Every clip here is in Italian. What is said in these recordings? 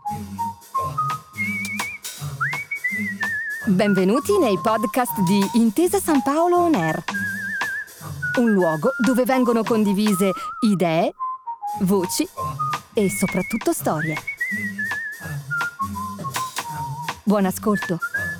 Benvenuti nei podcast di Intesa San Paolo On Air, un luogo dove vengono condivise idee, voci e soprattutto storie. Buon ascolto.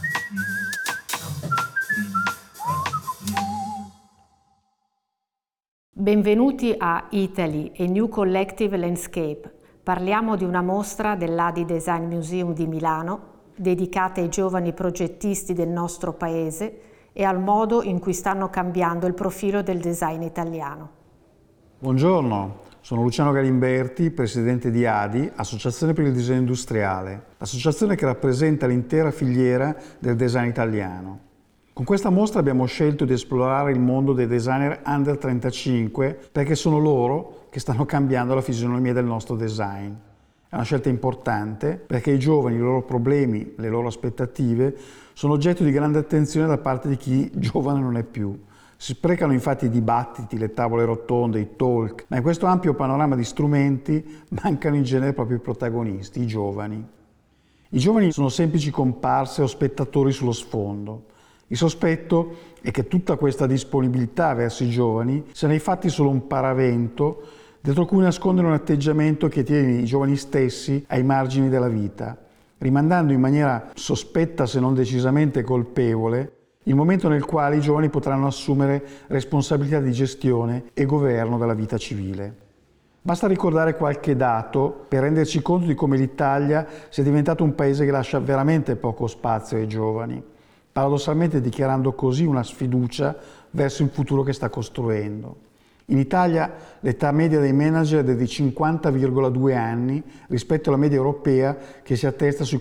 Benvenuti a Italy, a New Collective Landscape. Parliamo di una mostra dell'Adi Design Museum di Milano dedicata ai giovani progettisti del nostro paese e al modo in cui stanno cambiando il profilo del design italiano. Buongiorno, sono Luciano Galimberti, presidente di ADI, Associazione per il Disegno Industriale, l'associazione che rappresenta l'intera filiera del design italiano. Con questa mostra abbiamo scelto di esplorare il mondo dei designer under 35 perché sono loro che stanno cambiando la fisionomia del nostro design. È una scelta importante perché i giovani, i loro problemi, le loro aspettative sono oggetto di grande attenzione da parte di chi giovane non è più. Si sprecano infatti i dibattiti, le tavole rotonde, i talk, ma in questo ampio panorama di strumenti mancano in genere proprio i protagonisti, i giovani. I giovani sono semplici comparse o spettatori sullo sfondo. Il sospetto è che tutta questa disponibilità verso i giovani sia nei fatti solo un paravento dietro cui nascondere un atteggiamento che tiene i giovani stessi ai margini della vita, rimandando in maniera sospetta se non decisamente colpevole il momento nel quale i giovani potranno assumere responsabilità di gestione e governo della vita civile. Basta ricordare qualche dato per renderci conto di come l'Italia sia diventato un paese che lascia veramente poco spazio ai giovani, paradossalmente dichiarando così una sfiducia verso il futuro che sta costruendo. In Italia l'età media dei manager è di 50,2 anni rispetto alla media europea che si attesta sui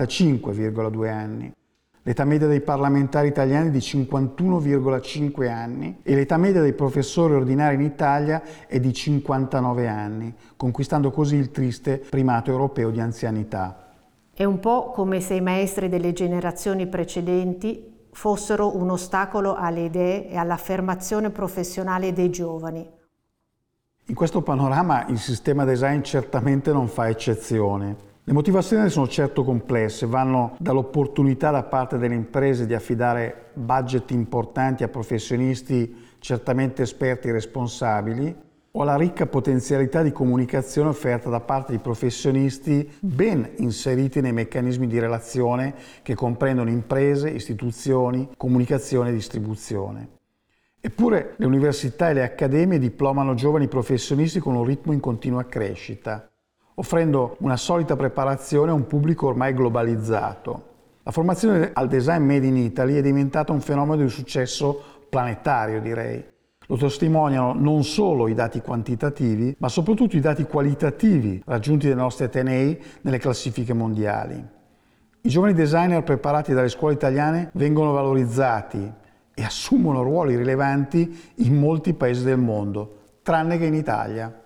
45,2 anni. L'età media dei parlamentari italiani è di 51,5 anni e l'età media dei professori ordinari in Italia è di 59 anni, conquistando così il triste primato europeo di anzianità. È un po' come se i maestri delle generazioni precedenti fossero un ostacolo alle idee e all'affermazione professionale dei giovani. In questo panorama il sistema design certamente non fa eccezione. Le motivazioni sono certo complesse, vanno dall'opportunità da parte delle imprese di affidare budget importanti a professionisti certamente esperti e responsabili, o alla ricca potenzialità di comunicazione offerta da parte di professionisti ben inseriti nei meccanismi di relazione che comprendono imprese, istituzioni, comunicazione e distribuzione. Eppure le università e le accademie diplomano giovani professionisti con un ritmo in continua crescita, offrendo una solida preparazione a un pubblico ormai globalizzato. La formazione al design made in Italy è diventata un fenomeno di successo planetario, direi. Lo testimoniano non solo i dati quantitativi, ma soprattutto i dati qualitativi raggiunti dai nostri atenei nelle classifiche mondiali. I giovani designer preparati dalle scuole italiane vengono valorizzati e assumono ruoli rilevanti in molti paesi del mondo, tranne che in Italia.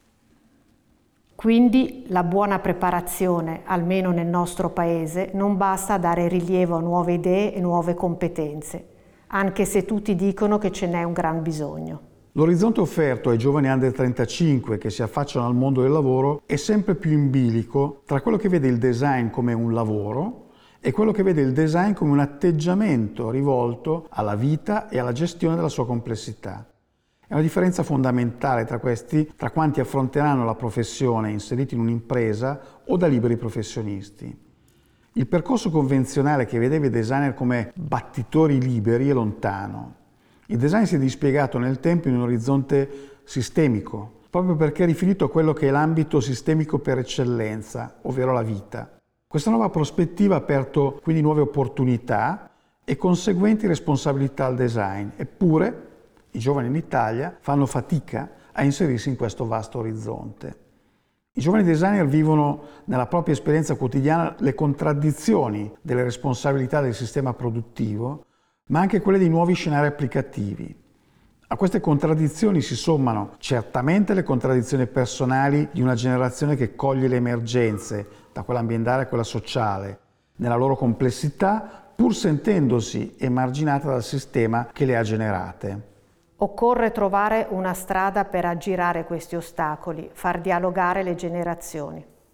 Quindi la buona preparazione, almeno nel nostro paese, non basta a dare rilievo a nuove idee e nuove competenze, anche se tutti dicono che ce n'è un gran bisogno. L'orizzonte offerto ai giovani under 35 che si affacciano al mondo del lavoro è sempre più in bilico tra quello che vede il design come un lavoro e quello che vede il design come un atteggiamento rivolto alla vita e alla gestione della sua complessità. È una differenza fondamentale tra quanti affronteranno la professione inseriti in un'impresa o da liberi professionisti. Il percorso convenzionale che vedeva i designer come battitori liberi è lontano. Il design si è dispiegato nel tempo in un orizzonte sistemico, proprio perché è riferito a quello che è l'ambito sistemico per eccellenza, ovvero la vita. Questa nuova prospettiva ha aperto quindi nuove opportunità e conseguenti responsabilità al design, eppure i giovani in Italia fanno fatica a inserirsi in questo vasto orizzonte. I giovani designer vivono nella propria esperienza quotidiana le contraddizioni delle responsabilità del sistema produttivo, ma anche quelle dei nuovi scenari applicativi. A queste contraddizioni si sommano certamente le contraddizioni personali di una generazione che coglie le emergenze, da quella ambientale a quella sociale, nella loro complessità, pur sentendosi emarginata dal sistema che le ha generate. Occorre trovare una strada per aggirare questi ostacoli, far dialogare le generazioni.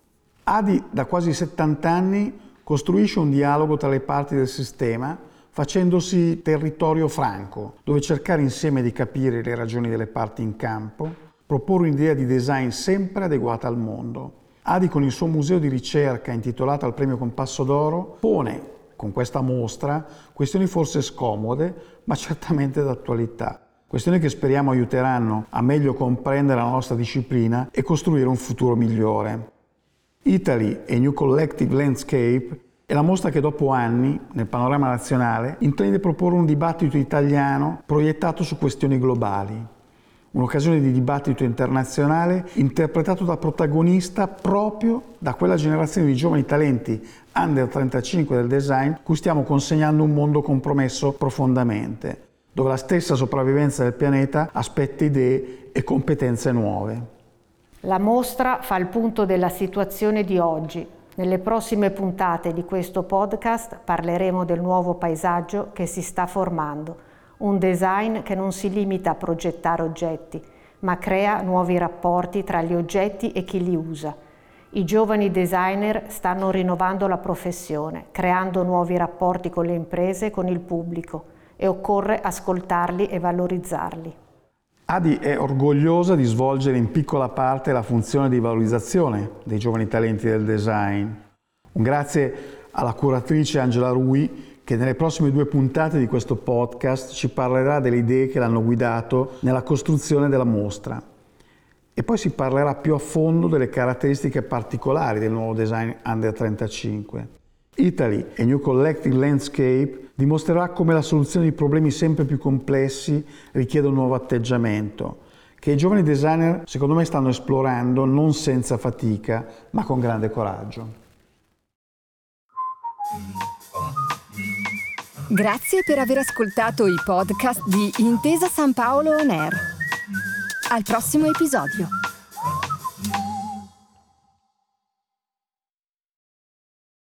ADI da quasi 70 anni costruisce un dialogo tra le parti del sistema facendosi territorio franco, dove cercare insieme di capire le ragioni delle parti in campo, proporre un'idea di design sempre adeguata al mondo. ADI con il suo museo di ricerca intitolato al Premio Compasso d'Oro pone, con questa mostra, questioni forse scomode, ma certamente d'attualità. Questioni che speriamo aiuteranno a meglio comprendere la nostra disciplina e costruire un futuro migliore. Italy, a New Collective Landscape è la mostra che dopo anni, nel panorama nazionale, intende proporre un dibattito italiano proiettato su questioni globali. Un'occasione di dibattito internazionale interpretato da protagonista proprio da quella generazione di giovani talenti under 35 del design cui stiamo consegnando un mondo compromesso profondamente, dove la stessa sopravvivenza del pianeta aspetta idee e competenze nuove. La mostra fa il punto della situazione di oggi. Nelle prossime puntate di questo podcast parleremo del nuovo paesaggio che si sta formando, un design che non si limita a progettare oggetti, ma crea nuovi rapporti tra gli oggetti e chi li usa. I giovani designer stanno rinnovando la professione, creando nuovi rapporti con le imprese e con il pubblico, e occorre ascoltarli e valorizzarli. ADI è orgogliosa di svolgere in piccola parte la funzione di valorizzazione dei giovani talenti del design. Un grazie alla curatrice Angela Rui che nelle prossime 2 puntate di questo podcast ci parlerà delle idee che l'hanno guidato nella costruzione della mostra. E poi si parlerà più a fondo delle caratteristiche particolari del nuovo design under 35. Italy, a New Collective Landscape dimostrerà come la soluzione di problemi sempre più complessi richiede un nuovo atteggiamento, che i giovani designer secondo me stanno esplorando non senza fatica, ma con grande coraggio. Grazie per aver ascoltato i podcast di Intesa San Paolo On Air. Al prossimo episodio.